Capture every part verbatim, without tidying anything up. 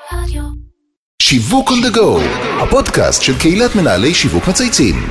שיווק on the go, הפודקאסט של קהילת מנהלי שיווק מצייצים.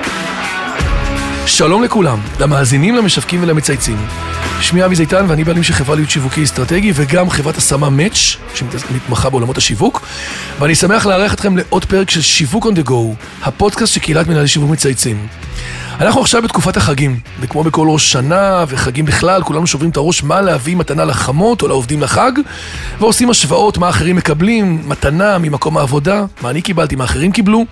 שלום לכולם, למאזינים, למשווקים ולמצייצים. שמי אבי זיתן ואני בעלים של חברה להיות שיווקי אסטרטגי וגם חברת השמה מאץ' שמתמחה בעולמות השיווק. ואני שמח לארח אתכם לעוד פרק של שיווק on the go, הפודקאסט של קהילת מנהלי שיווק מצייצים. אנחנו עכשיו בתקופת החגים, וכמו בכל ראש שנה וחגים בכלל, כולנו שוברים את הראש מה להביא מתנה לחמות או לעובדים לחג, ועושים השוואות מה אחרים מקבלים, מתנה ממקום העבודה, מה אני קיבלתי, מה אחרים קיבלו.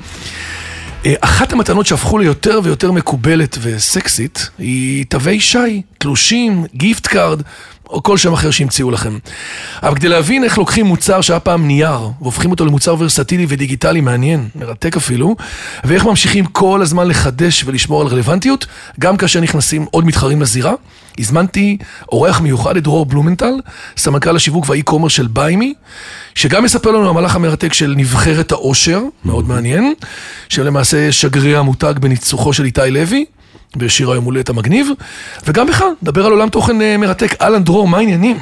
אחת המתנות שהפכו ליותר ויותר מקובלת וסקסית היא תווי שי, תלושים, גיפט קארד או כל שם אחר שהמציאו לכם. אבל כדי להבין איך לוקחים מוצר שהיה פעם נייר והופכים אותו למוצר ורסטילי ודיגיטלי מעניין, מרתק אפילו, ואיך ממשיכים כל הזמן לחדש ולשמור על רלוונטיות, גם כאשר נכנסים עוד מתחרים לזירה, הזמנתי אורח מיוחד את דרור בלומנטל, סמנכ"ל השיווק והאי-קומרס של ביימי, שגם מספר לנו המהלך המרתק של נבחרת האושר, מאוד מעניין, שלמעשה שגריר המותג בניצוחו של איתי לוי, בשיר היום הולדת המגניב, וגם בכלל, דבר על עולם תוכן מרתק. אלן, דרור, מה העניינים?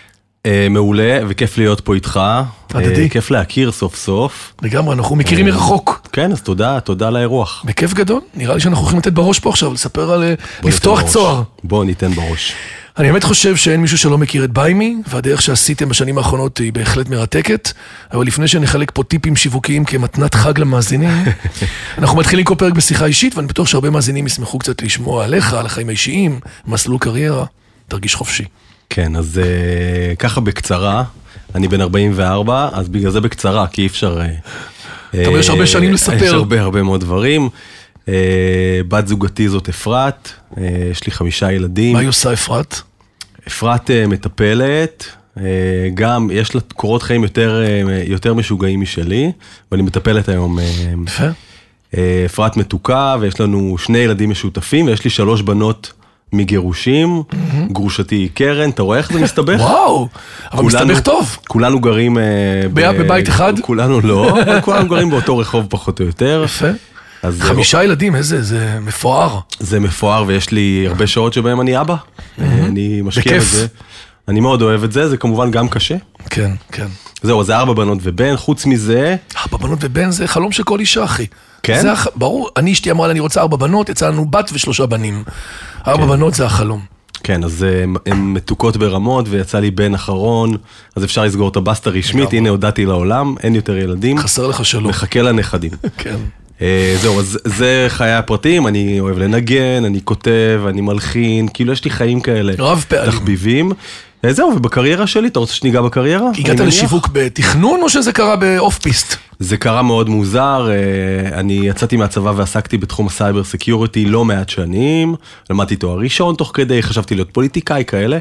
מעולה, וכיף להיות פה איתך. הדדי. כיף להכיר סוף סוף. לגמרי, אנחנו מכירים מרחוק. כן, אז תודה, תודה על האירוח. בכיף גדול, נראה לי שאנחנו הולכים לתת בראש פה עכשיו, לספר על לפתוח צוהר. בוא ניתן בראש. אני באמת חושב שאין מישהו שלא מכיר את ביימי, והדרך שעשיתם בשנים האחרונות היא בהחלט מרתקת, אבל לפני שנחלק פה טיפים שיווקיים כמתנת חג למאזינים, אנחנו מתחילים כל פרק בשיחה אישית, ואני בטוח שהרבה מאזינים ישמחו קצת לשמוע עליך, על החיים האישיים, מסלול קריירה, תרגיש חופשי. כן, אז uh, ככה בקצרה, אני בן ארבעים וארבע, אז בגלל זה בקצרה, כי אי אפשר... אתה אומר, יש הרבה שנים לספר. יש הרבה הרבה מאוד דברים. Uh, בת זוגתי זאת אפרת, uh, יש לי חמישה ילדים. מה היא עושה אפרת? אפרת uh, מטפלת, uh, גם יש לה קורות חיים יותר, uh, יותר משוגעים משלי, ואני מטפלת היום. Uh, יפה. Uh, אפרת מתוקה, ויש לנו שני ילדים משותפים, ויש לי שלוש בנות מגירושים, mm-hmm. גרושתי היא קרן, אתה רואה איך זה מסתבך? וואו, אבל מסתבך טוב. כולנו גרים... Uh, בבית אחד? כולנו לא, אבל כולנו גרים באותו רחוב פחות או יותר. יפה. חמישה ילדים, איזה, זה מפואר. זה מפואר, ויש לי הרבה שעות שבהם אני אבא. אני משקיע בזה. אני מאוד אוהב את זה, זה כמובן גם קשה. כן, כן. זהו, זה ארבע בנות ובן, חוץ מזה... ארבע בנות ובן זה חלום של כל אישה, אחי. כן? זה, ברור, אני אשתי אמרה לי, אני רוצה ארבע בנות, יצא לנו בת ושלושה בנים. ארבע בנות זה החלום. כן, אז הן מתוקות ברמות, ויצא לי בן אחרון, אז אפשר לסגור את הבסטה רשמית, הנה הודעתי לעולם, אין יותר ילדים. חסר לך שלום. מחכה לנכדים. כן. זהו, אז זה חיי הפרטים, אני אוהב לנגן, אני כותב, אני מלחין, כאילו יש לי חיים כאלה. רב פעלים. תחביבים. זהו, ובקריירה שלי, אתה רוצה שניגע בקריירה? הגעת לשיווק בתכנון או שזה קרה באוף פיסט? זה קרה מאוד מוזר, אני יצאתי מהצבא ועסקתי בתחום הסייבר סקיוריטי לא מעט שנים, למדתי תואר ראשון תוך כדי, חשבתי להיות פוליטיקאי כאלה,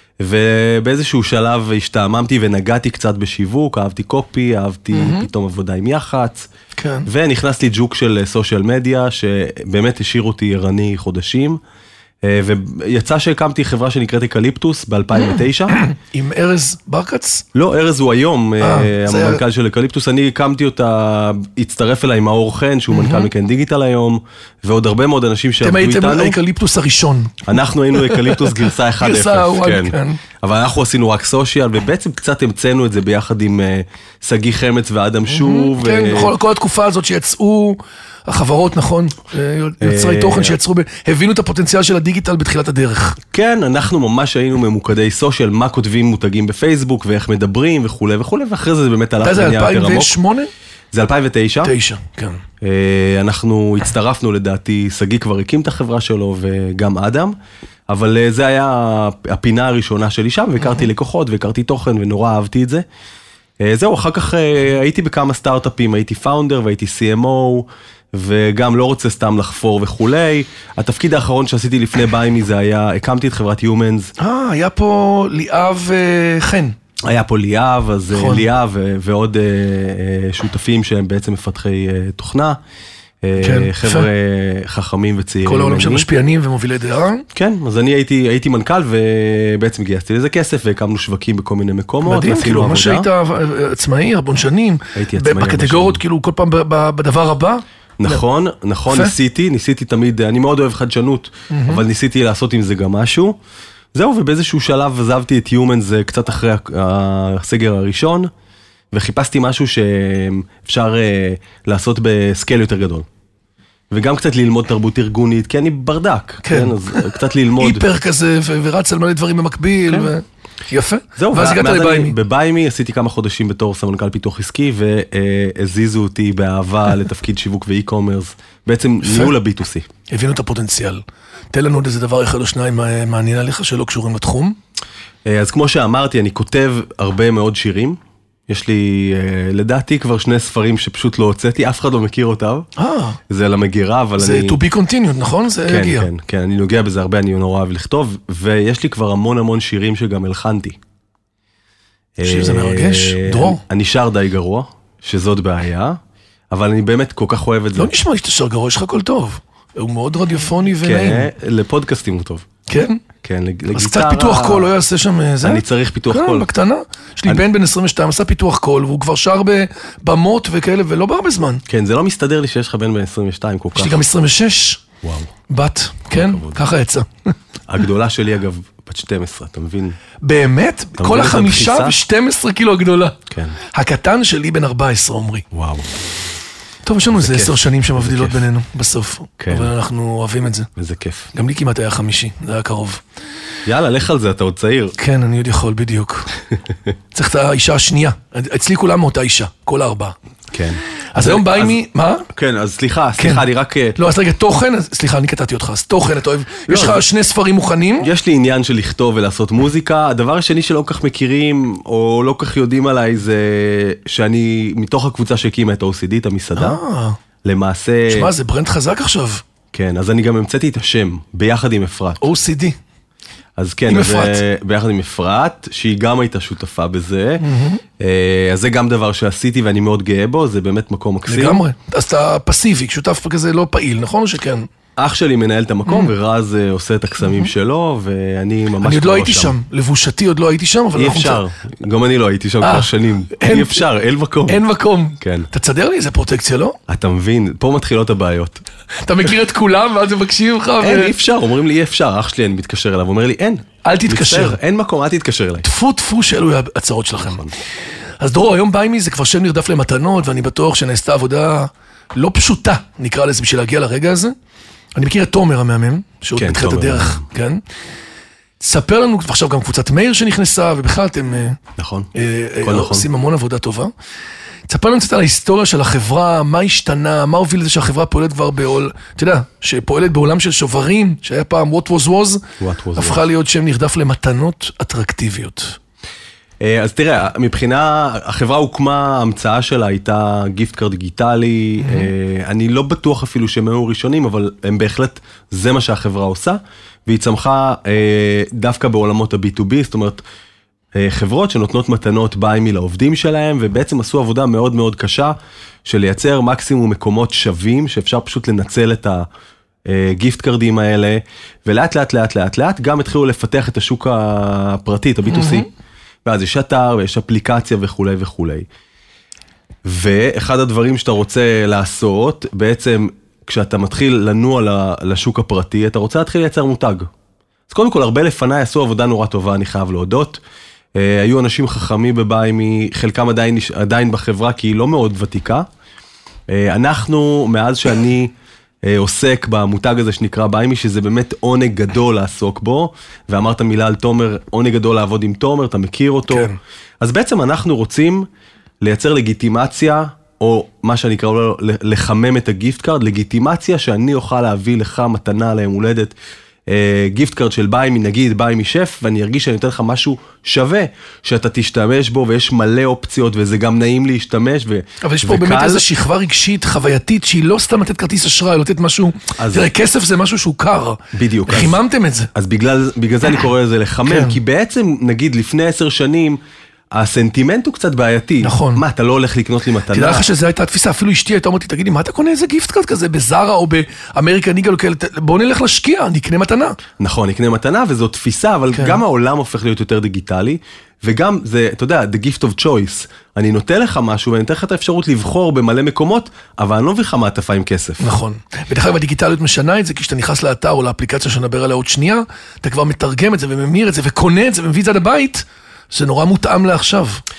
ובאיזשהו שלב השתעממתי ונגעתי קצת בשיווק, אהבתי קופי, אהבתי mm-hmm. פתאום עבודה עם יח"צ, כן. ונכנס לי ג'וק של סושיאל מדיה, שבאמת השאיר אותי ערני חודשים, ויצא שהקמתי חברה שנקראת אקליפטוס ב-אלפיים ותשע. עם ארז ברקץ? לא, ארז הוא היום, המנכ"ל של אקליפטוס. אני הקמתי אותה, הצטרף אליי מאור חן, שהוא מנכ"ל מקן דיגיטל היום, ועוד הרבה מאוד אנשים שעבדו איתנו. אתם הייתם אקליפטוס הראשון. אנחנו היינו אקליפטוס גרסה אחת אפס. גרסה, כן. אבל אנחנו עשינו רק סושיאל, ובעצם קצת המצאנו את זה ביחד עם סגי חמץ ואדם שוב. כן, כל התקופה הזאת שיצאו... החברות, נכון, יוצרי תוכן שיצרו, הבינו את הפוטנציאל של הדיגיטל בתחילת הדרך. כן, אנחנו ממש היינו ממוקדי סושיאל, מה כותבים מותגים בפייסבוק, ואיך מדברים וכו' וכו', ואחרי זה באמת הלך זה אלפיים ושמונה? זה אלפיים ותשע. תשע, כן. אנחנו הצטרפנו לדעתי, סגי כבר הקים את החברה שלו, וגם אדם, אבל זה היה הפינה הראשונה שלי שם, והכרתי לקוחות, והכרתי תוכן, ונורא אהבתי את זה. זהו, אחר כך הייתי בכמה סטארט-אפים, הייתי פאונדר והייתי סי אם או, וגם לא רוצה סתם לחפור וכולי. התפקיד האחרון שעשיתי לפני ביימי זה היה, הקמתי את חברת Humans. אה, היה פה ליאב חן. היה פה ליאב, אז ליאב ועוד שותפים שהם בעצם מפתחי תוכנה. חבר'ה חכמים וצעירים. כל העולם של משפיענים ומובילי דעה. כן, אז אני הייתי, הייתי מנכ"ל ובעצם גייסתי לזה כסף והקמנו שווקים בכל מיני מקומות. מדהים, כאילו, מה שהיית עצמאי, הרבה שנים. הייתי עצמאי. בקטגוריות, כאילו, כל פעם בדבר הבא. נכון, נכון, ניסיתי, ניסיתי תמיד, אני מאוד אוהב חדשנות, אבל ניסיתי לעשות עם זה גם משהו. זהו, ובאיזשהו שלב עזבתי את Humans קצת אחרי הסגר הראשון, וחיפשתי משהו שאפשר לעשות בסקייל יותר גדול. וגם קצת ללמוד תרבות ארגונית, כי אני ברדק, כן, אז קצת ללמוד. היפר כזה, ורץ על מלא דברים במקביל, יפה. זהו, ואז הגעת לביימי. בביימי עשיתי כמה חודשים בתור סמנכ"ל פיתוח עסקי, והזיזו אותי באהבה לתפקיד שיווק ואי-קומרס, בעצם ניהול ה-בי טו סי. הבינו את הפוטנציאל. תן לנו עוד איזה דבר אחד או שניים מעניין עליך שלא קשורים לתחום. אז כמו שאמרתי, אני כותב הרבה מאוד שירים. יש לי, לדעתי, כבר שני ספרים שפשוט לא הוצאתי, אף אחד לא מכיר אותם. אה. זה על המגירה, אבל זה אני... to be continued, נכון? זה כן, הגיע. כן, כן, אני נוגע בזה הרבה, אני נורא אוהב לכתוב, ויש לי כבר המון המון שירים שגם הלחנתי. שיר זה מרגש, דרור. אני שר די גרוע, שזאת בעיה, אבל אני באמת כל כך אוהב את זה. לא נשמע לי שאתה שר גרוע, יש לך הכל טוב. הוא מאוד רדיופוני ונעים. כן, לפודקאסטים הוא טוב. כן? כן, לגיטרה. אז קצת פיתוח קול, לא יעשה שם זה? אני צריך פיתוח קול. כן, בקטנה. יש לי בן בן עשרים ושתיים, עשה פיתוח קול, והוא כבר שר בבמות וכאלה, ולא בהרבה זמן. כן, זה לא מסתדר לי שיש לך בן בן עשרים ושתיים כל כך. יש לי גם עשרים ושש. וואו. בת, כן? ככה יצא. הגדולה שלי אגב, בת שתים עשרה, אתה מבין? באמת? כל החמישה ו-שתים עשרה קילו הגדולה. כן. הקטן שלי בן ארבע עשרה, עומרי. וואו. טוב, יש לנו איזה עשר שנים שמבדילות בינינו בסוף. כן. אבל אנחנו אוהבים את זה. וזה כיף. גם לי כמעט היה חמישי, זה היה קרוב. יאללה, לך על זה, אתה עוד צעיר. כן, אני עוד יכול, בדיוק. צריך את האישה השנייה. אצלי כולם מאותה אישה, כל הארבעה. כן. אז היום בא עם... מה? כן, אז סליחה, סליחה, אני רק... לא, אז רגע, תוכן, סליחה, אני קטעתי אותך, אז תוכן, אתה אוהב... יש לך שני ספרים מוכנים? יש לי עניין של לכתוב ולעשות מוזיקה. הדבר השני שלא כך מכירים, או לא כך יודעים עליי, זה שאני מתוך הקבוצה שהקימה את ה-או סי די, את המסעדה. למעשה... שמע, זה ברנד חזק עכשיו. כן, אז אני גם המצאתי את השם, ביחד עם אפרת. או סי די. אז כן, אז ביחד עם אפרת, שהיא גם הייתה שותפה בזה. אז זה גם דבר שעשיתי ואני מאוד גאה בו, זה באמת מקום מקסים. לגמרי. אז אתה פסיבי, שותף כזה לא פעיל, נכון או שכן? אח שלי מנהל את המקום, ורז עושה את הקסמים שלו, ואני ממש... אני עוד לא הייתי שם, לבושתי עוד לא הייתי שם, אבל... אי אפשר, גם אני לא הייתי שם כבר שנים. אי אפשר, אין מקום. אין מקום. כן. אתה תסדר לי איזה פרוטקציה, לא? אתה מבין, פה מתחילות הבעיות. אתה מכיר את כולם, ואז הם מקשיבים לך, אין, אי אפשר, אומרים לי אי אפשר, אח שלי, אני מתקשר אליו, אומר לי, אין. אל תתקשר. אין מקום, אל תתקשר אליי. טפו טפו שאלו הצעות שלכם. אז דרור, היום ביימי זה כבר שם נרדף למתנות, ואני בטוח שנעשתה עבודה לא פשוטה, נקרא לזה, בשביל להגיע לרגע הזה. אני מכיר את תומר המאמן, שעוד מתחילת הדרך, כן? תספר לנו, ועכשיו גם קבוצת מאיר שנכנסה, ובכלל אתם נכון, עושים המון עבודה טובה. תספר לנו קצת על ההיסטוריה של החברה, מה השתנה, מה הוביל לזה שהחברה פועלת כבר בעול, אתה יודע, שפועלת בעולם של שוברים, שהיה פעם what was was, הפכה להיות שם נרדף למתנות אטרקטיביות. אז תראה, מבחינה, החברה הוקמה, ההמצאה שלה הייתה גיפט קארד דיגיטלי, אני לא בטוח אפילו שהם היו ראשונים, אבל הם בהחלט, זה מה שהחברה עושה, והיא צמחה דווקא בעולמות ה-בי טו בי, זאת אומרת, חברות שנותנות מתנות ביימי לעובדים שלהם, ובעצם עשו עבודה מאוד מאוד קשה, של לייצר מקסימום מקומות שווים, שאפשר פשוט לנצל את הגיפט קארדים האלה, ולאט לאט לאט לאט לאט, גם התחילו לפתח את השוק הפרטי, את ה-בי טו סי, ואז יש אתר ויש אפליקציה וכו' וכו'. ואחד הדברים שאתה רוצה לעשות, בעצם כשאתה מתחיל לנוע לשוק הפרטי, אתה רוצה להתחיל לייצר מותג. אז קודם כל, הרבה לפניי עשו עבודה נורא טובה, אני חייב להודות. היו אנשים חכמים בביימי, חלקם עדיין, עדיין בחברה, כי היא לא מאוד ותיקה. אנחנו, מאז שאני עוסק במותג הזה שנקרא ביימי, שזה באמת עונג גדול לעסוק בו, ואמרת מילה על תומר, עונג גדול לעבוד עם תומר, אתה מכיר אותו. כן. אז בעצם אנחנו רוצים לייצר לגיטימציה, או מה שאני אקרא לו, לחמם את הגיפט קארד, לגיטימציה שאני אוכל להביא לך מתנה ליום הולדת, גיפט קארד של ביימי, נגיד ביימי שף, ואני ארגיש שאני אתן לך משהו שווה, שאתה תשתמש בו, ויש מלא אופציות, וזה גם נעים להשתמש, ו... אבל יש פה וקל... באמת איזו שכבה רגשית, חווייתית, שהיא לא סתם לתת כרטיס אשראי, לתת משהו, אז... תראה, כסף זה משהו שהוא קר. בדיוק. חיממתם אז, את זה. אז בגלל, בגלל זה אני קורא לזה לחמם, כן. כי בעצם, נגיד, לפני עשר שנים, הסנטימנט הוא קצת בעייתי. נכון. מה, אתה לא הולך לקנות לי מתנה? תדע לך שזו הייתה התפיסה, אפילו אשתי הייתה אומרת לי, תגידי, מה אתה קונה איזה גיפט קארד כזה בזארה או באמריקן איגל, בוא נלך להשקיע, נקנה מתנה. נכון, נקנה מתנה, וזו תפיסה, אבל כן. גם העולם הופך להיות יותר דיגיטלי, וגם זה, אתה יודע, the gift of choice. אני נותן לך משהו, ואני נותן לך את האפשרות לבחור במלא מקומות, אבל אני לא מביא לך מעטפה עם כסף. נכון. ודרך אגב, הדיגיטליות משנה את זה, כי כשאתה נכנס לאתר או לאפליקציה שנדבר עליה עוד שנייה, אתה כבר מתרגם את זה וממיר את זה וקונה את זה ומביא את זה לבית. זה נורא מותאם לעכשיו.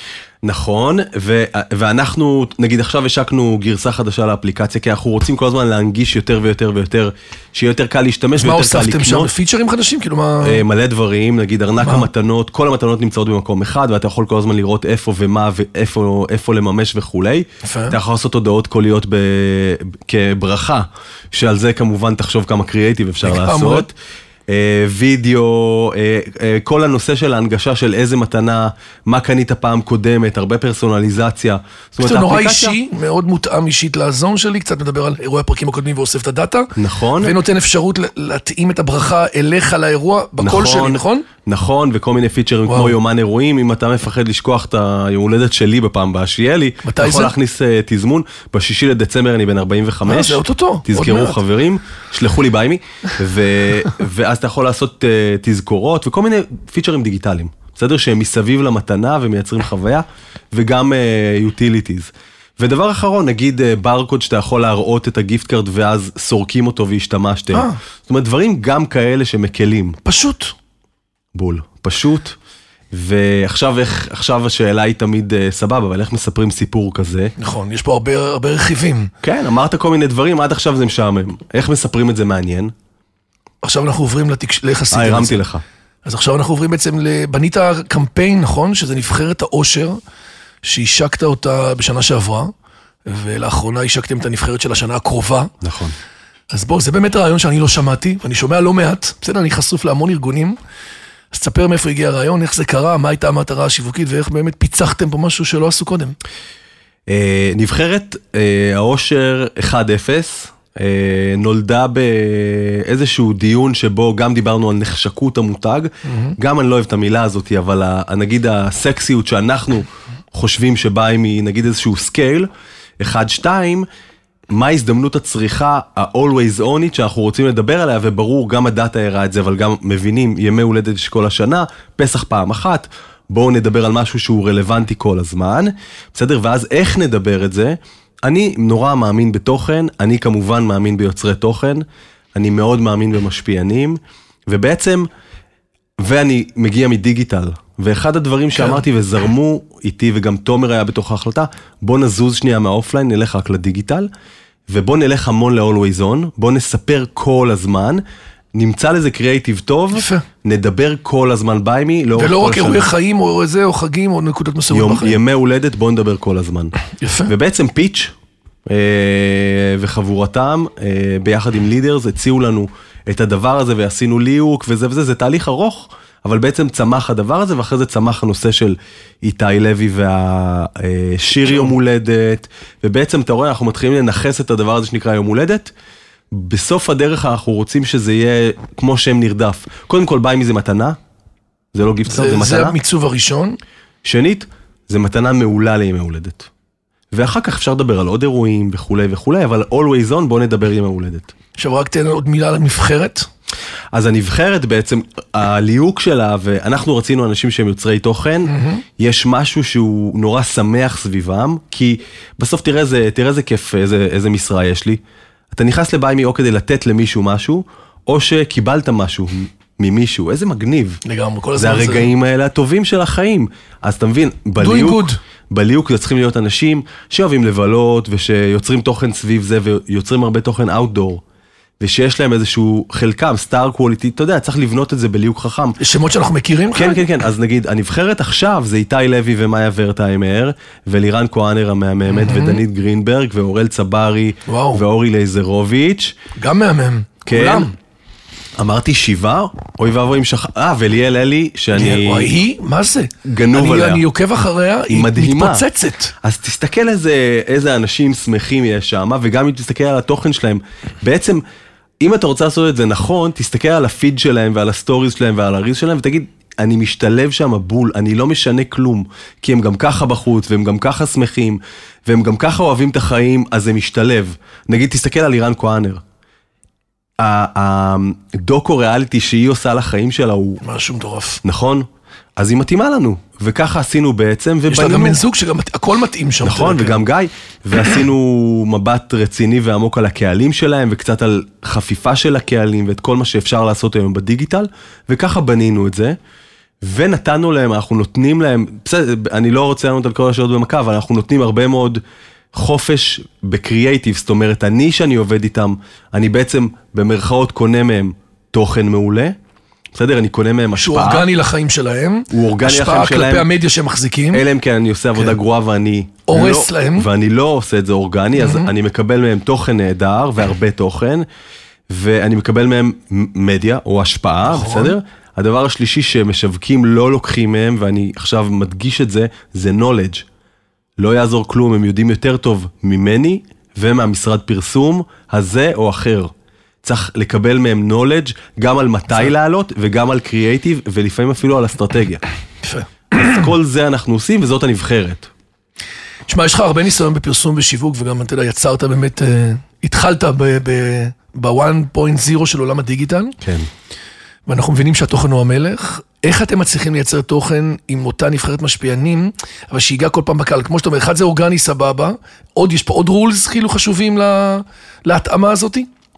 נכון, ו- ואנחנו, נגיד עכשיו השקנו גרסה חדשה לאפליקציה, כי אנחנו רוצים כל הזמן להנגיש יותר ויותר ויותר, שיהיה יותר קל להשתמש ויותר קל לקנות. מה הוספתם שם? פיצ'רים חדשים? כאילו מה... מלא דברים, נגיד ארנק המתנות, כל המתנות נמצאות במקום אחד, ואתה יכול כל הזמן לראות איפה ומה ואיפה איפה לממש וכולי. אתה יכול לעשות הודעות קוליות ב- כברכה, שעל זה כמובן תחשוב כמה קריאייטיב אפשר לעשות. וידאו, כל הנושא של ההנגשה של איזה מתנה, מה קנית פעם קודמת, הרבה פרסונליזציה. זה נורא אישי, מאוד מותאם אישית לזון שלי, קצת מדבר על אירועי הפרקים הקודמים ואוסף את הדאטה. נכון. ונותן אפשרות להתאים את הברכה אליך לאירוע, בקול שלי, נכון? נכון, וכל מיני פיצ'רים כמו יומן אירועים, אם אתה מפחד לשכוח את היום הולדת שלי בפעם הבאה שיהיה לי, אתה יכול להכניס תזמון, בשישי לדצמבר אני בן ארבעים וחמש, זה אוטוטו, תזכרו חברים, שלחו לי ביימי, ואז אתה יכול לעשות תזכורות וכל מיני פיצ'רים דיגיטליים, בסדר? שהם מסביב למתנה ומייצרים חוויה, וגם utilities. ודבר אחרון, נגיד ברקוד שאתה יכול להראות את הגיפט קארד ואז סורקים אותו והשתמשתם. זאת אומרת, דברים גם כאלה שמקלים. פשוט. בול, פשוט. ועכשיו איך, עכשיו השאלה היא תמיד סבבה, אבל איך מספרים סיפור כזה? נכון, יש פה הרבה, הרבה רכיבים. כן, אמרת כל מיני דברים, עד עכשיו זה משעמם. איך מספרים את זה מעניין? עכשיו אנחנו עוברים ליחסים. אה, הרמתי לך. אז עכשיו אנחנו עוברים בעצם, בנית קמפיין, נכון? שזה נבחרת האושר, שהשקת אותה בשנה שעברה, ולאחרונה השקתם את הנבחרת של השנה הקרובה. נכון. אז בוא, זה באמת רעיון שאני לא שמעתי, ואני שומע לא מעט, בסדר, אני חשוף להמון ארגונים, אז תספר מאיפה הגיע הרעיון, איך זה קרה, מה הייתה המטרה השיווקית, ואיך באמת פיצחתם פה משהו שלא עשו קודם. נבחרת האושר אחד אפס, נולדה באיזשהו דיון שבו גם דיברנו על נחשקות המותג, גם אני לא אוהב את המילה הזאת, אבל נגיד הסקסיות שאנחנו חושבים שבאה היא נגיד איזשהו סקייל, אחד, שתיים, מה ההזדמנות הצריכה, ה-always on it, שאנחנו רוצים לדבר עליה, וברור, גם הדאטה הראה את זה, אבל גם מבינים, ימי הולדת של כל השנה, פסח פעם אחת, בואו נדבר על משהו שהוא רלוונטי כל הזמן, בסדר? ואז איך נדבר את זה? אני נורא מאמין בתוכן, אני כמובן מאמין ביוצרי תוכן, אני מאוד מאמין במשפיענים, ובעצם, ואני מגיע מדיגיטל, ואחד הדברים שאמרתי וזרמו איתי, וגם תומר היה בתוך ההחלטה, בוא נזוז שנייה מהאופליין, נלך רק לדיגיטל, ובוא נלך המון ל-always on, בוא נספר כל הזמן, נמצא לזה קריאייטיב טוב, יפה. נדבר כל הזמן ביי-מי, ולא רק אירועי חיים או איזה, או חגים, או נקודות מסוימות בחיים. ימי הולדת, בוא נדבר כל הזמן. יפה. ובעצם פיץ' וחבורתם, ביחד עם לידרס, הציעו לנו את הדבר הזה, ועשינו ליהוק וזה וזה, זה תהליך ארוך, אבל בעצם צמח הדבר הזה, ואחרי זה צמח הנושא של איתי לוי והשיר יום הולדת, ובעצם אתה רואה, אנחנו מתחילים לנחס את הדבר הזה שנקרא יום הולדת, בסוף הדרך אנחנו רוצים שזה יהיה כמו שם נרדף. קודם כל, ביי מי זה מתנה, זה לא גיפט קארד, זה מתנה. זה המיצוב הראשון. שנית, זה מתנה מעולה לימי הולדת. ואחר כך אפשר לדבר על עוד אירועים וכולי וכולי, אבל always on, בוא נדבר ימי הולדת. עכשיו רק תן עוד מילה על הנבחרת. אז הנבחרת בעצם, הליהוק שלה, ואנחנו רצינו אנשים שהם יוצרי תוכן, mm-hmm. יש משהו שהוא נורא שמח סביבם, כי בסוף תראה איזה, תראה איזה כיף, איזה, איזה משרה יש לי. אתה נכנס לביימי או כדי לתת למישהו משהו, או שקיבלת משהו ממישהו, איזה מגניב. לגמרי, כל הזמן זה. זה הרגעים האלה הטובים של החיים. אז אתה מבין, בליהוק, בליהוק זה צריכים להיות אנשים שאוהבים לבלות, ושיוצרים תוכן סביב זה, ויוצרים הרבה תוכן אאוטדור. ושיש להם איזשהו חלקם, סטאר קווליטי, אתה יודע, צריך לבנות את זה בליהוק חכם. יש שמות שאנחנו מכירים? כן, כן, כן, אז נגיד, הנבחרת עכשיו זה איתי לוי ומאיה ורטהיימר, ולירן כהנר המהממת, ודנית גרינברג, ואורל צברי, ואורי לייזרוביץ'. גם מהמם, כולם. אמרתי שבעה, אוי ואבוי עם שחר, אה, וליאל אלי, שאני... וואי, היא, מה זה? גנוב עליה. אני עוקב אחריה, היא מתפוצצת. אז תסתכל איזה אנשים שמחים יש שם, וגם אם תסתכל על התוכן שלהם, בעצם, אם אתה רוצה לעשות את זה נכון, תסתכל על הפיד שלהם, ועל הסטוריז שלהם, ועל הריז שלהם, ותגיד, אני משתלב שם בול, אני לא משנה כלום, כי הם גם ככה בחוץ, והם גם ככה שמחים, והם גם ככה אוהבים את החיים, אז זה משתלב. נגיד, תסתכל על לירן כהנר. הדוקו ריאליטי שהיא עושה לחיים שלה הוא... משהו מטורף. נכון? אז היא מתאימה לנו, וככה עשינו בעצם, ובנינו... יש לה גם בן זוג שגם הכל מתאים שם. נכון, וגם גיא, ועשינו מבט רציני ועמוק על הקהלים שלהם, וקצת על חפיפה של הקהלים, ואת כל מה שאפשר לעשות היום בדיגיטל, וככה בנינו את זה, ונתנו להם, אנחנו נותנים להם, בסדר, אני לא רוצה לענות על כל השאלות במכה, אבל אנחנו נותנים הרבה מאוד חופש בקריאייטיב, זאת אומרת, אני שאני עובד איתם, אני בעצם במרכאות קונה מהם תוכן מעולה, בסדר, אני קונה מהם השפעה. שהוא אורגני לחיים שלהם. הוא אורגני לחיים שלהם. השפעה כלפי המדיה שהם מחזיקים. אלא אם כן אני עושה עבודה גרועה ואני... הורס להם. ואני לא עושה את זה אורגני, אז אני מקבל מהם תוכן נהדר והרבה תוכן, ואני מקבל מהם מדיה או השפעה, בסדר? הדבר השלישי שמשווקים לא לוקחים מהם, ואני עכשיו מדגיש את זה, זה knowledge. לא יעזור כלום, הם יודעים יותר טוב ממני ומהמשרד פרסום הזה או אחר. צריך לקבל מהם knowledge גם על מתי לעלות וגם על קריאייטיב ולפעמים אפילו על אסטרטגיה. יפה. אז כל זה אנחנו עושים וזאת הנבחרת. תשמע, יש לך הרבה ניסיון בפרסום ושיווק וגם אתה יודע, יצרת באמת, התחלת ב-אחת נקודה אפס של עולם הדיגיטל. כן. ואנחנו מבינים שהתוכן הוא המלך. איך אתם מצליחים לייצר תוכן עם אותה נבחרת משפיענים, אבל שיגע כל פעם בקהל? כמו שאתה אומר, אחד זה אורגני סבבה, עוד יש פה עוד רולס כאילו חשובים להתאמה הזאת?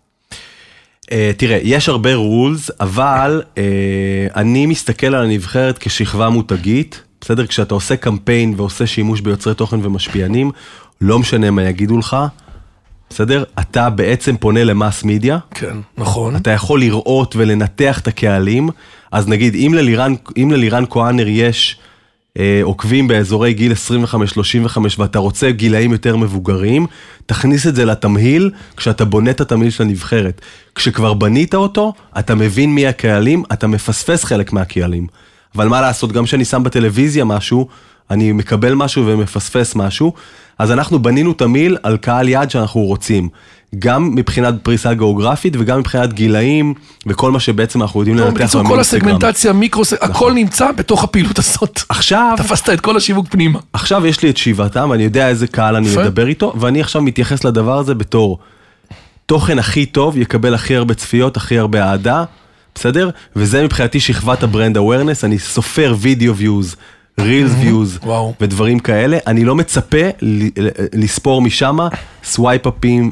Uh, תראה, יש הרבה רולס, אבל uh, אני מסתכל על הנבחרת כשכבה מותגית, בסדר? כשאתה עושה קמפיין ועושה שימוש ביוצרי תוכן ומשפיענים, לא משנה מה יגידו לך, בסדר? אתה בעצם פונה למאס מידיה. כן, נכון. אתה יכול לראות ולנתח את הקהלים, אז נגיד, אם ללירן, אם ללירן כהנר יש אה, עוקבים באזורי גיל עשרים וחמש שלושים וחמש, ואתה רוצה גילאים יותר מבוגרים, תכניס את זה לתמהיל, כשאתה בונה את התמהיל של הנבחרת. כשכבר בנית אותו, אתה מבין מי הקהלים, אתה מפספס חלק מהקהלים. אבל מה לעשות, גם כשאני שם בטלוויזיה משהו, אני מקבל משהו ומפספס משהו, אז אנחנו בנינו תמיל על קהל יעד שאנחנו רוצים, גם מבחינת פריסה גיאוגרפית וגם מבחינת גילאים וכל מה שבעצם אנחנו יודעים לנתח בקיצור, כל הסגמנטציה, מיקרו, הכל נמצא בתוך הפעילות הזאת. עכשיו... תפסת את כל השיווק פנימה. עכשיו יש לי את שיבתם, ואני יודע איזה קהל אני מדבר איתו, ואני עכשיו מתייחס לדבר הזה בתור תוכן הכי טוב, יקבל הכי הרבה צפיות, הכי הרבה אהדה, בסדר? וזה מבחינתי שכבת הברנד awareness, אני סופר וידאו views, רילס ויוז ודברים כאלה, אני לא מצפה לספור משם סווייפ-אפים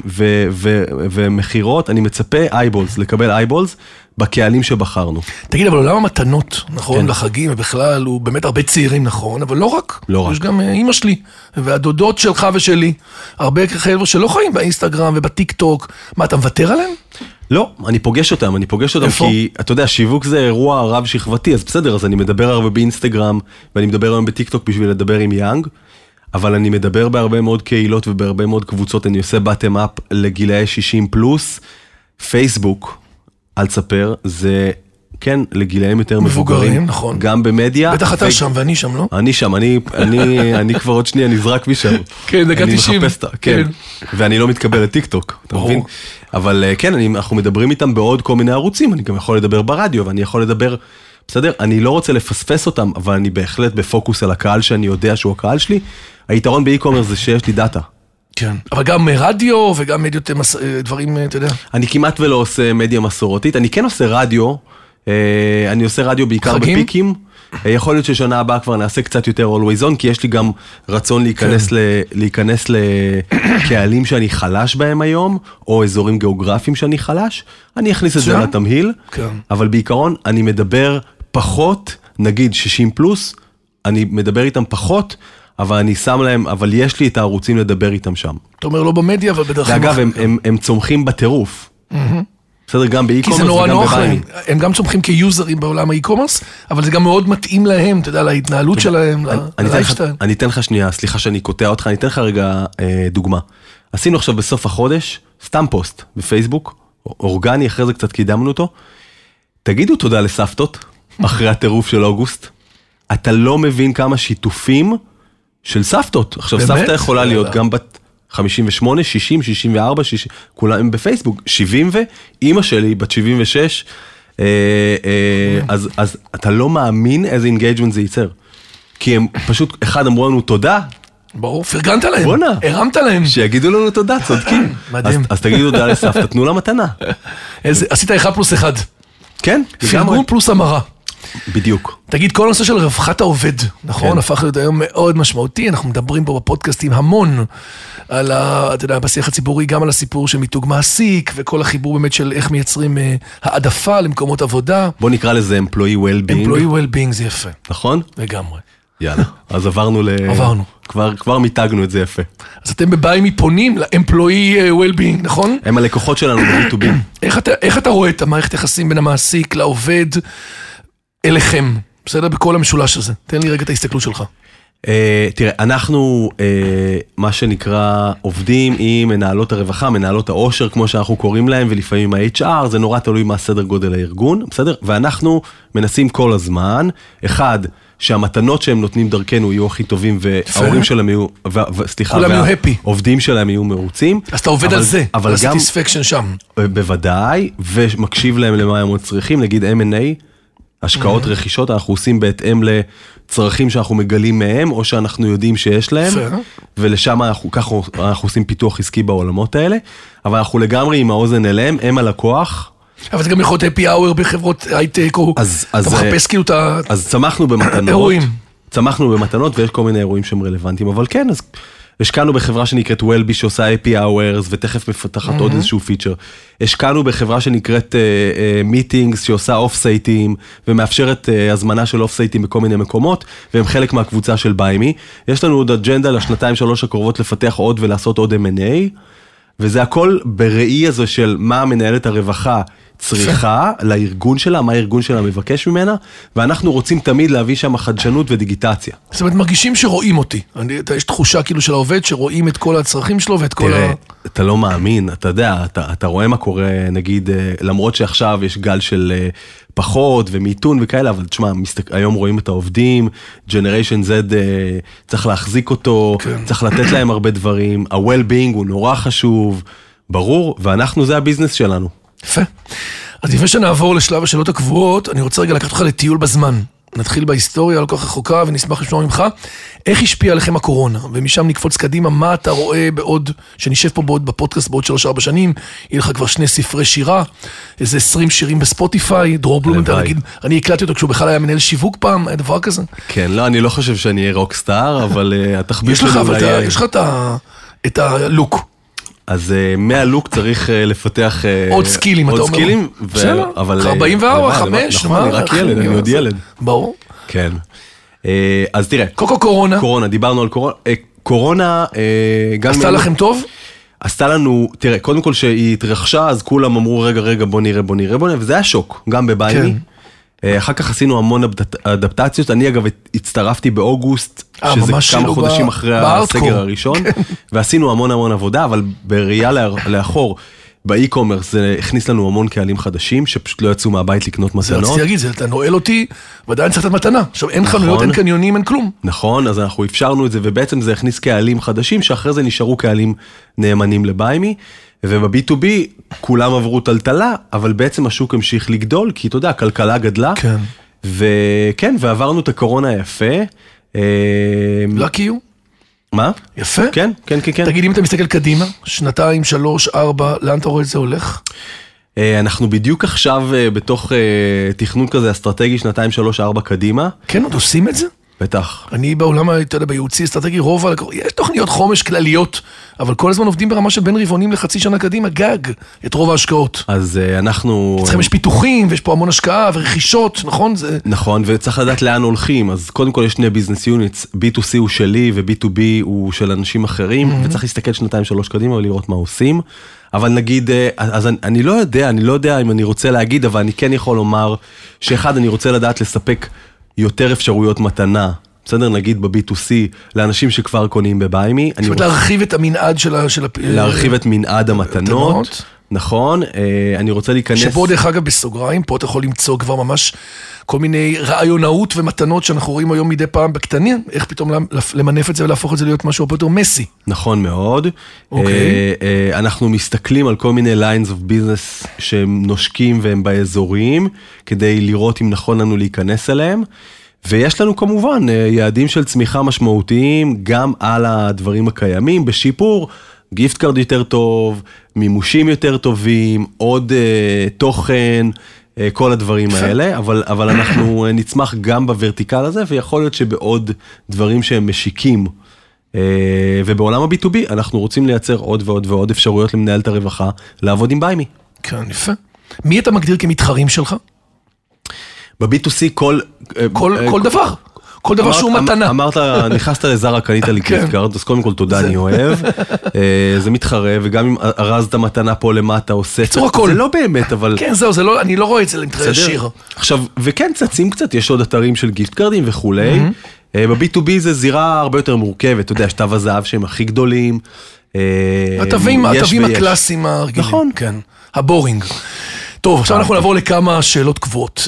ומחירות, אני מצפה אייבולס, לקבל אייבולס בקהלים שבחרנו. תגיד, אבל עולם המתנות, נכון, לחגים ובכלל, הוא באמת הרבה צעירים, נכון, אבל לא רק. לא רק. יש גם אמא שלי, והדודות שלך ושלי, הרבה חבר'ה שלא חיים באינסטגרם ובטיק טוק, מה, אתה מוותר עליהם? לא, אני פוגש אותם, אני פוגש אותם כי, אתה יודע, שיווק זה אירוע רב שכבתי, אז בסדר, אז אני מדבר הרבה באינסטגרם, ואני מדבר היום בטיק טוק בשביל לדבר עם יאנג, אבל אני מדבר בהרבה מאוד קהילות ובהרבה מאוד קבוצות, אני עושה בטם אפ לגילאי שישים פלוס, פייסבוק, אל תספר, זה כן, לגילאים יותר מבוגרים, נכון. גם במדיה. בטח אתה שם ואני שם, לא? אני שם, אני, אני, אני כבר עוד שנייה נזרק משם. כן, דקה תשעים. כן, ואני לא מתקבל לטיק טוק, אתה מבין? אבל כן, אני, אנחנו מדברים איתם בעוד כל מיני ערוצים, אני גם יכול לדבר ברדיו, ואני יכול לדבר, בסדר? אני לא רוצה לפספס אותם, אבל אני בהחלט בפוקוס על הקהל שאני יודע שהוא הקהל שלי. היתרון באי-קומרס זה שיש לי דאטה. כן, אבל גם רדיו וגם מדיות דברים, אתה יודע. אני כמעט ולא עושה מדיה מסורתית, אני כן עושה רדיו, אני עושה רדיו בעיקר בפיקים, יכול להיות ששנה הבאה כבר נעשה קצת יותר always on, כי יש לי גם רצון להיכנס, ל, להיכנס לקהלים שאני חלש בהם היום, או אזורים גיאוגרפיים שאני חלש, אני אכניס את זה לתמהיל, אבל בעיקרון אני מדבר פחות, נגיד שישים פלוס, אני מדבר איתם פחות, אבל אני שם להם, אבל יש לי את הערוצים לדבר איתם שם. אתה אומר לא במדיה, אבל בדרך כלל. ואגב, הם, הם, הם צומחים בטירוף. בסדר, גם באי-קומרס וגם בביינינג. הם גם צומחים כיוזרים בעולם האי-קומרס, אבל זה גם מאוד מתאים להם, אתה יודע, להתנהלות שלהם, ללייפסטייל. אני אתן לך שנייה, סליחה שאני קוטע אותך, אני אתן לך רגע דוגמה. עשינו עכשיו בסוף החודש, סתם פוסט בפייסבוק, אורגני, אחרי זה קצת קידמנו אותו. תגידו תודה לסבתות, אחרי הטירוף של אוגוסט. אתה לא מבין כמה שיתופים של סבתות. עכשיו, סבתא יכולה להיות גם בת חמישים ושמונה, שישים, שישים וארבע, שישים, כולם בפייסבוק, שבעים ואימא שלי בת שבעים ושש, אז, אז אתה לא מאמין איזה אינגייג'מנט זה ייצר. כי הם פשוט, אחד אמרו לנו תודה. ברור, פרגנת להם, הרמת להם. שיגידו לנו תודה, צודקים. מדהים. אז, אז תגידו תודה לסבתא, תנו לה מתנה. עשית אחד פלוס אחד. כן. פרגון פלוס המרה. בדיוק. תגיד, כל הנושא של רווחת העובד, נכון? כן. הפך להיות היום מאוד משמעותי, אנחנו מדברים פה בפודקאסטים המון על ה... אתה יודע, בשיח הציבורי, גם על הסיפור של מיתוג מעסיק, וכל החיבור באמת של איך מייצרים אה, העדפה למקומות עבודה. בוא נקרא לזה employee well-being. employee well-being זה יפה. נכון? לגמרי. יאללה, אז עברנו ל... עברנו. כבר, כבר מיתגנו את זה יפה. אז אתם בביימי פונים ל-employee well-being, נכון? הם הלקוחות שלנו ב-בי טו בי. איך אתה, איך אתה רואה את המערכת יחסים בין המעסיק לעובד אליכם? בסדר? בכל המשולש הזה. תן לי רגע את ההסתכלות שלך. Uh, תראה, אנחנו, uh, מה שנקרא, עובדים עם מנהלות הרווחה, מנהלות העושר, כמו שאנחנו קוראים להם, ולפעמים ה-אייץ' אר, זה נורא תלוי מה סדר גודל הארגון, בסדר? ואנחנו מנסים כל הזמן, אחד, שהמתנות שהם נותנים דרכנו יהיו הכי טובים, וההורים שלהם יהיו, סליחה, והעובדים שלהם יהיו מרוצים. אז אתה עובד על זה, על הסטיספקשן שם. בוודאי, ומקשיב להם למה הם צריכים, נגיד אם אנד איי, השקעות רכישות, אנחנו עושים בהתאם לצרכים שאנחנו מגלים מהם, או שאנחנו יודעים שיש להם, ולשם אנחנו, ככה אנחנו עושים פיתוח עסקי בעולמות האלה, אבל אנחנו לגמרי עם האוזן אליהם, הם הלקוח. אבל זה גם יכול להיות אפי אאואר בחברות הייטק, או אתה מחפש כאילו את ה... אז צמחנו במתנות. אירועים. צמחנו במתנות, ויש כל מיני אירועים שהם רלוונטיים, אבל כן, אז... השקענו בחברה שנקראת וולבי שעושה אפי אאוורס ותכף מפתחת עוד איזשהו פיצ'ר. השקענו בחברה שנקראת מיטינגס שעושה אוף סייטים ומאפשרת הזמנה של אוף סייטים בכל מיני מקומות והם חלק מהקבוצה של ביימי. יש לנו עוד אג'נדה לשנתיים שלוש הקרובות לפתח עוד ולעשות עוד אם אנד איי וזה הכל בראי הזה של מה מנהלת הרווחה צריכה לארגון שלה, מה הארגון שלה מבקש ממנה, ואנחנו רוצים תמיד להביא שם חדשנות ודיגיטציה. זאת אומרת, מרגישים שרואים אותי. אני, יש תחושה כאילו של העובד שרואים את כל הצרכים שלו ואת כל תראה, ה... אתה לא מאמין, אתה יודע, אתה, אתה רואה מה קורה, נגיד, למרות שעכשיו יש גל של פחות ומיתון וכאלה, אבל תשמע, היום רואים את העובדים, Generation Z צריך להחזיק אותו, כן. צריך לתת להם הרבה דברים, ה-well-being הוא נורא חשוב, ברור, ואנחנו זה הביזנס שלנו. יפה. אז לפני שנעבור לשלב השאלות הקבועות, אני רוצה רגע לקחת אותך לטיול בזמן. נתחיל בהיסטוריה, לא כך רחוקה, ונשמח לשמוע ממך. איך השפיע עליכם הקורונה? ומשם נקפוץ קדימה, מה אתה רואה בעוד, שנשב פה בעוד בפודקאסט בעוד שלוש ארבע שנים, יהיה לך כבר שני ספרי שירה, איזה עשרים שירים בספוטיפיי, דרור בלומנטל, נגיד, אני הקלטתי אותו כשהוא בכלל היה מנהל שיווק פעם, היה דבר כזה? כן, לא, אני לא חושב שאני אהיה רוקסטאר, אבל התחביב שלנו אולי... יש לך את הלוק. אז מהלוק צריך לפתח עוד סקילים, עוד סקילים, אבל ארבעים וארבע, חמש, נכון, אני רק ילד, אני עוד ילד. ברור. כן. אז תראה. קוקו קורונה. קורונה, דיברנו על קורונה. קורונה, עשתה לכם טוב? עשתה לנו, תראה, קודם כל שהיא התרחשה, אז כולם אמרו, רגע, רגע, בוא נראה, בוא נראה, בוא נראה, וזה היה שוק, גם בביימי. אחר כך עשינו המון אדפטציות, אני אגב הצטרפתי באוגוסט, שזה כמה חודשים אחרי הסגר הראשון, ועשינו המון המון עבודה, אבל בראייה לאחור, באי-קומרס זה הכניס לנו המון קהלים חדשים, שפשוט לא יצאו מהבית לקנות מתנות. זה רציתי להגיד, אתה נועל אותי, ועדיין צריך לתת מתנה. עכשיו אין חנויות, אין קניונים, אין כלום. נכון, אז אנחנו אפשרנו את זה, ובעצם זה הכניס קהלים חדשים, שאחרי זה נשארו קהלים נאמנים לביימי, וב-בי טו בי כולם עברו טלטלה, אבל בעצם השוק המשיך לגדול, כי אתה יודע, הכלכלה גדלה. כן. וכן, ועברנו את הקורונה יפה. לא קיום? מה? יפה. כן, כן, כן, כן. תגיד, אם אתה מסתכל קדימה, שנתיים, שלוש, ארבע, לאן אתה רואה את זה הולך? אנחנו בדיוק עכשיו בתוך תכנון כזה אסטרטגי, שנתיים, שלוש, ארבע קדימה. כן, עוד עושים את זה? בטח. אני בעולם, אתה יודע, בייעוצי אסטרטגי, רוב, יש תוכניות חומש כלליות, אבל כל הזמן עובדים ברמה של בין רבעונים לחצי שנה קדימה, גג, את רוב ההשקעות. אז אנחנו... צריכים, יש פיתוחים, ויש פה המון השקעה ורכישות, נכון? זה... נכון, וצריך לדעת לאן הולכים, אז קודם כל יש שני ביזנס יוניטס, בי טו סי הוא שלי, ו-בי טו בי הוא של אנשים אחרים, mm-hmm. וצריך להסתכל שנתיים, שלוש קדימה, ולראות מה עושים. אבל נגיד, אז אני, אני לא יודע, אני לא יודע אם אני רוצה להגיד, אבל אני כן יכול לומר, שאחד, אני רוצה לדעת לספק יותר אפשרויות מתנה, בסדר, נגיד ב-בי טו סי, לאנשים שכבר קונים בביימי. זאת אומרת, להרחיב את המנעד של ה... להרחיב את מנעד המתנות, נכון, אני רוצה להיכנס... שפה דרך אגב בסוגריים, פה אתה יכול למצוא כבר ממש כל מיני רעיונאות ומתנות שאנחנו רואים היום מדי פעם בקטנים, איך פתאום למנף את זה ולהפוך את זה להיות משהו הרבה יותר מסי. נכון מאוד. אנחנו מסתכלים על כל מיני lines of business שהם נושקים והם באזורים, כדי לראות אם נכון לנו להיכנס אליהם. ויש לנו כמובן יעדים של צמיחה משמעותיים, גם על הדברים הקיימים, בשיפור, גיפט קארד יותר טוב, מימושים יותר טובים, עוד uh, תוכן, כל הדברים האלה, אבל, אבל אנחנו נצמח גם בוורטיקל הזה, ויכול להיות שבעוד דברים שהם משיקים, ובעולם ה-בי טו בי אנחנו רוצים לייצר עוד ועוד ועוד אפשרויות למנהל את הרווחה, לעבוד עם ביימי. כן, יפה. מי אתה מגדיר כמתחרים שלך? ב-בי טו סי כל... כל, כל דבר. כל דבר שהוא מתנה. אמרת, נכנסת לזרה, קנית לי גיפט קארד, אז קודם כל תודה, אני אוהב. זה מתחרה, וגם אם ארזת מתנה פה למטה, עושה... זה לא באמת, אבל... כן, זהו, אני לא רואה את זה למתחרה שיר. עכשיו, וכן, צצים קצת, יש עוד אתרים של גיפט קארדים וכולי. ב-בי טו בי זה זירה הרבה יותר מורכבת, אתה יודע, שטב הזהב שהם הכי גדולים. התווים הקלאסיים הרגילים. נכון. כן, הבורינג. טוב, עכשיו אנחנו נעבור לכמה שאלות קבועות.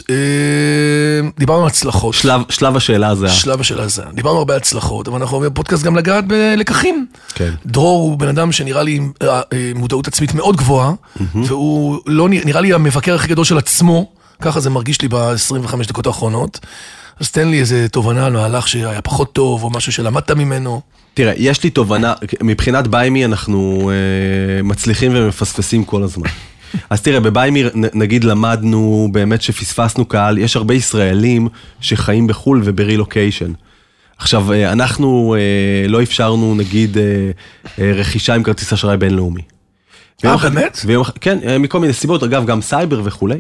דיברנו על הצלחות. שלב השאלה הזה. שלב השאלה הזה. דיברנו הרבה על הצלחות, אבל אנחנו בפודקאסט גם לגעת בלקחים. כן. דרור הוא בן אדם שנראה לי מודעות עצמית מאוד גבוהה, והוא לא נראה לי המבקר הכי גדול של עצמו, ככה זה מרגיש לי ב-עשרים וחמש דקות האחרונות. אז תן לי איזה תובנה על מהלך שהיה פחות טוב, או משהו שלמדת ממנו. תראה, יש לי תובנה, מבחינת ביימי אנחנו מצליחים ומפספסים כל הזמן. אז תראה, בביימי נגיד למדנו באמת שפספסנו קהל, יש הרבה ישראלים שחיים בחול וברילוקיישן. עכשיו, אנחנו לא אפשרנו נגיד רכישה עם כרטיס אשראי בינלאומי. אה, באמת? כן, מכל מיני סיבות, אגב, גם סייבר וכולי.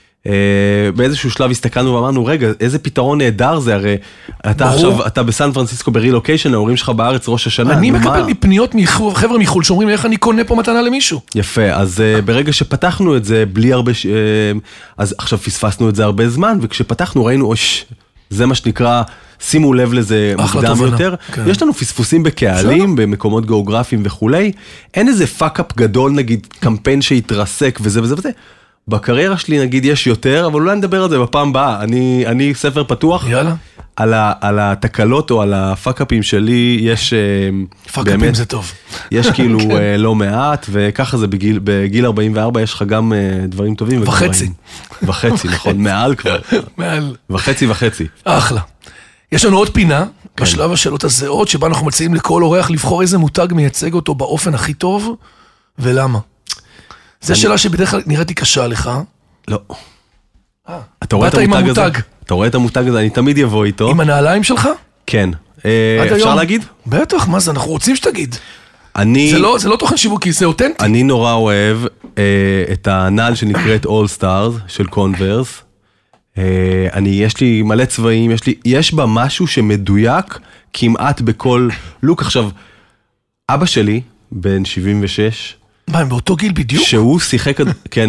באיזשהו שלב הסתכלנו ואמרנו, רגע, איזה פתרון נהדר זה, הרי אתה עכשיו, אתה בסן פרנסיסקו ברילוקיישן, ההורים שלך בארץ ראש השנה. אני מקבל מפניות מחבר'ה מחול שאומרים לי, איך אני קונה פה מתנה למישהו? יפה, אז ברגע שפתחנו את זה, בלי הרבה, אז עכשיו פספסנו את זה הרבה זמן, וכשפתחנו ראינו, אוש, זה מה שנקרא, שימו לב לזה מוקדם יותר. יש לנו פספוסים בקהלים, במקומות גיאוגרפיים וכולי, אין איזה פאק-אפ גדול, נגיד, קמפיין שהתרסק וזה וזה וזה. בקריירה שלי נגיד יש יותר, אבל אולי נדבר על זה בפעם הבאה. אני, אני ספר פתוח. יאללה. על, ה, על התקלות או על הפאק-אפים שלי יש פאק-אפים באמת, זה טוב. יש כאילו לא מעט, וככה זה בגיל, בגיל ארבעים וארבע יש לך גם דברים טובים. וחצי. וחצי, נכון, מעל כבר. מעל. וחצי וחצי. אחלה. יש לנו עוד פינה, כן. בשלב השאלות הזהות, שבה אנחנו מציעים לכל אורח לבחור איזה מותג מייצג אותו באופן הכי טוב, ולמה. זו שאלה שבדרך כלל נראית לי קשה לך. לא. אתה רואה את המותג הזה? אתה רואה את המותג הזה, אני תמיד יבוא איתו. עם הנעליים שלך? כן. אפשר להגיד? בטח, מה זה? אנחנו רוצים שתגיד. אני... זה לא תוכן שיווקי, זה אותנטי. אני נורא אוהב את הנעל שנקראת All Stars של קונברס. אני, יש לי מלא צבעים, יש לי, יש בה משהו שמדויק כמעט בכל לוק. עכשיו, אבא שלי, בן שבעים ושש, מה, הם באותו גיל בדיוק? שהוא שיחק, כן,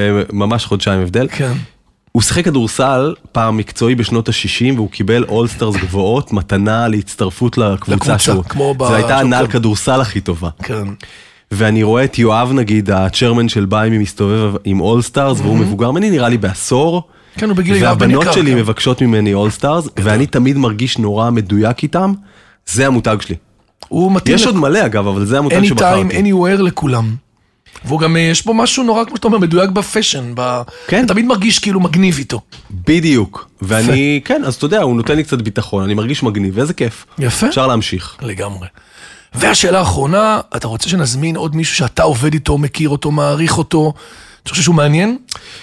ממש חודשיים הבדל. כן. הוא שיחק כדורסל פעם מקצועי בשנות ה-שישים, והוא קיבל אולסטרס גבוהות, מתנה להצטרפות לקבוצה שלו. זו הייתה הנעל כדורסל הכי טובה. כן. ואני רואה את יואב, נגיד, הצ'רמן של ביימי מסתובב עם אולסטרס, והוא מבוגר ממני, נראה לי בעשור. כן, הוא בגיל יואב בניקר. והבנות שלי מבקשות ממני אולסטרס, ואני תמיד מרגיש נורא מדויק איתם, זה המותג שלי. יש עוד מלא אגב, אבל זה המותג שבחרתי. Anytime, anywhere לכולם. והוא גם, יש פה משהו נורא, כמו שאתה אומר, מדויק בפשן, אתה תמיד מרגיש כאילו מגניב איתו. בדיוק, ואני, כן, אז אתה יודע, הוא נותן לי קצת ביטחון, אני מרגיש מגניב, ואיזה כיף. יפה. אפשר להמשיך. לגמרי. והשאלה האחרונה, אתה רוצה שנזמין עוד מישהו שאתה עובד איתו, מכיר אותו, מעריך אותו, אתה חושב שהוא מעניין?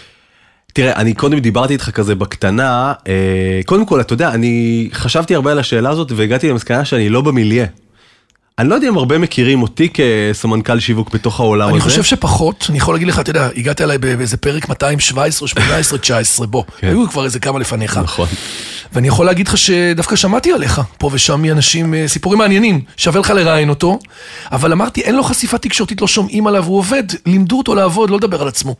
תראה, אני קודם דיברתי איתך כזה בקטנה, קודם כל, אתה יודע, אני חשבתי הרבה על השאלה הזאת, והגעתי למסקנה שאני לא במיליה. אני לא יודע אם הרבה מכירים אותי כסמנכ"ל שיווק בתוך העולם הזה. אני חושב שפחות, אני יכול להגיד לך, אתה יודע, הגעתי עליי באיזה פרק מאתיים שבע עשרה, שמונה עשרה, תשע עשרה, בוא, היו כבר איזה כמה לפניך. נכון. ואני יכול להגיד לך שדווקא שמעתי עליך, פה ושם מאנשים, סיפורים מעניינים, שווה לך לראיין אותו, אבל אמרתי, אין לו חשיפה תקשורתית, לא שומעים עליו, הוא עובד, לימדו אותו לעבוד, לא לדבר על עצמו.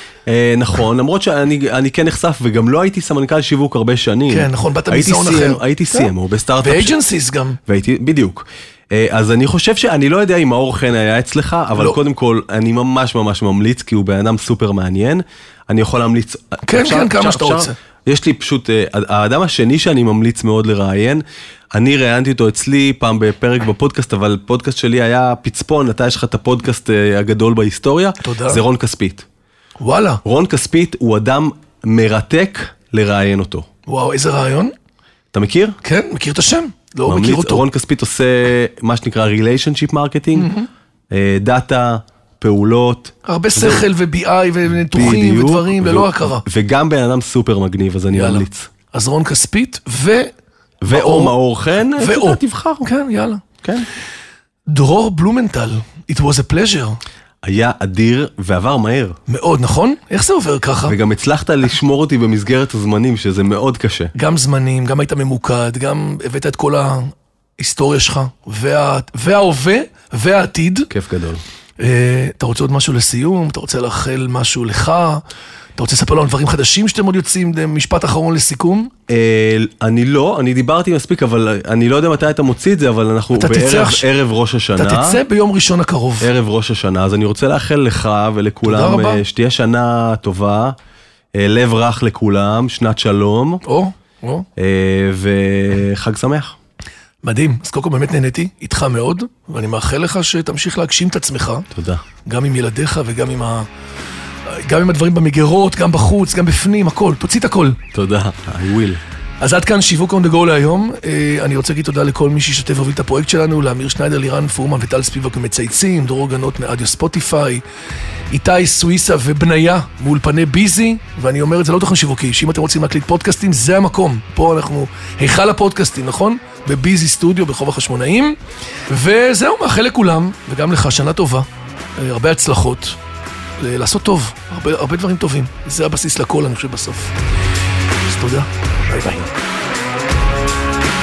נכון, למרות שאני כן נחשף, וגם לא הייתי סמנכ"ל שיווק הרבה שנים. כן, נכון, באת מזון אחר. הייתי סי אם או בסטארט-אפ. ואג'נסיס גם. בדיוק. אז אני חושב שאני לא יודע אם האור חן היה אצלך, אבל קודם כל אני ממש ממש ממליץ, כי הוא בן אדם סופר מעניין. אני יכול להמליץ... כן, כן, כמה שאתה רוצה. יש לי פשוט, האדם השני שאני ממליץ מאוד לראיין, אני ראיינתי אותו אצלי פעם בפרק בפודקאסט, אבל פודקאסט שלי היה פצפון, אתה יש לך את הפודקאסט הגדול בהיסטוריה. תודה. זה רון כספית. וואלה. רון כספית הוא אדם מרתק לראיין אותו. וואו, איזה רעיון? אתה מכיר? כן, מכיר את השם. לא מכיר אותו. רון כספית עושה מה שנקרא Relationship Marketing, דאטה, פעולות. הרבה שכל ו-בי איי וניתוחים בדיוק, ודברים, ללא הכרה. וגם בן אדם סופר מגניב, אז אני ממליץ. אז רון כספית ו... ואו מאור חן, ואו. תבחר. כן, יאללה. כן. דרור בלומנטל, it was a pleasure. היה אדיר ועבר מהר. מאוד, נכון? איך זה עובר ככה? וגם הצלחת לשמור אותי במסגרת הזמנים, שזה מאוד קשה. גם זמנים, גם היית ממוקד, גם הבאת את כל ההיסטוריה שלך, וה... וההווה והעתיד. כיף גדול. אתה רוצה עוד משהו לסיום? אתה רוצה לאחל משהו לך? אתה רוצה לספר לנו דברים חדשים שאתם עוד יוצאים? משפט אחרון לסיכום? אני לא, אני דיברתי מספיק, אבל אני לא יודע מתי אתה מוציא את זה, אבל אנחנו בערב ראש השנה. אתה תצא ביום ראשון הקרוב. ערב ראש השנה, אז אני רוצה לאחל לך ולכולם שתהיה שנה טובה, לב רך לכולם, שנת שלום, וחג שמח. מדהים, אז קודם כל באמת נהניתי איתך מאוד, ואני מאחל לך שתמשיך להגשים את עצמך. תודה. גם עם ילדיך וגם עם ה... גם עם הדברים במגירות, גם בחוץ, גם בפנים, הכל, תוציא את הכל. תודה, I will. אז עד כאן שיווק on the go להיום. אני רוצה להגיד תודה לכל מי שישתף והוביל את הפרויקט שלנו, לאמיר שניידר, לירן פורמן וטל ספיבק מצייצים, דרור גנות מאדיו ספוטיפיי, איתי סוויסה ובניה מאולפני ביזי, ואני אומר את זה לא תוכן שיווקי, שאם אתם רוצים להקליט פודקאסטים, זה המקום. פה אנחנו היכל הפודקאסטים, נכון? בביזי סטודיו ברחוב החשמונאים, וזהו, מאחל לכולם, וגם לך, שנה טובה, הרבה הצלחות, לעשות טוב, הרבה, הרבה דברים טובים. זה הבסיס לכל, אני חושב, בסוף. אז תודה, ביי ביי.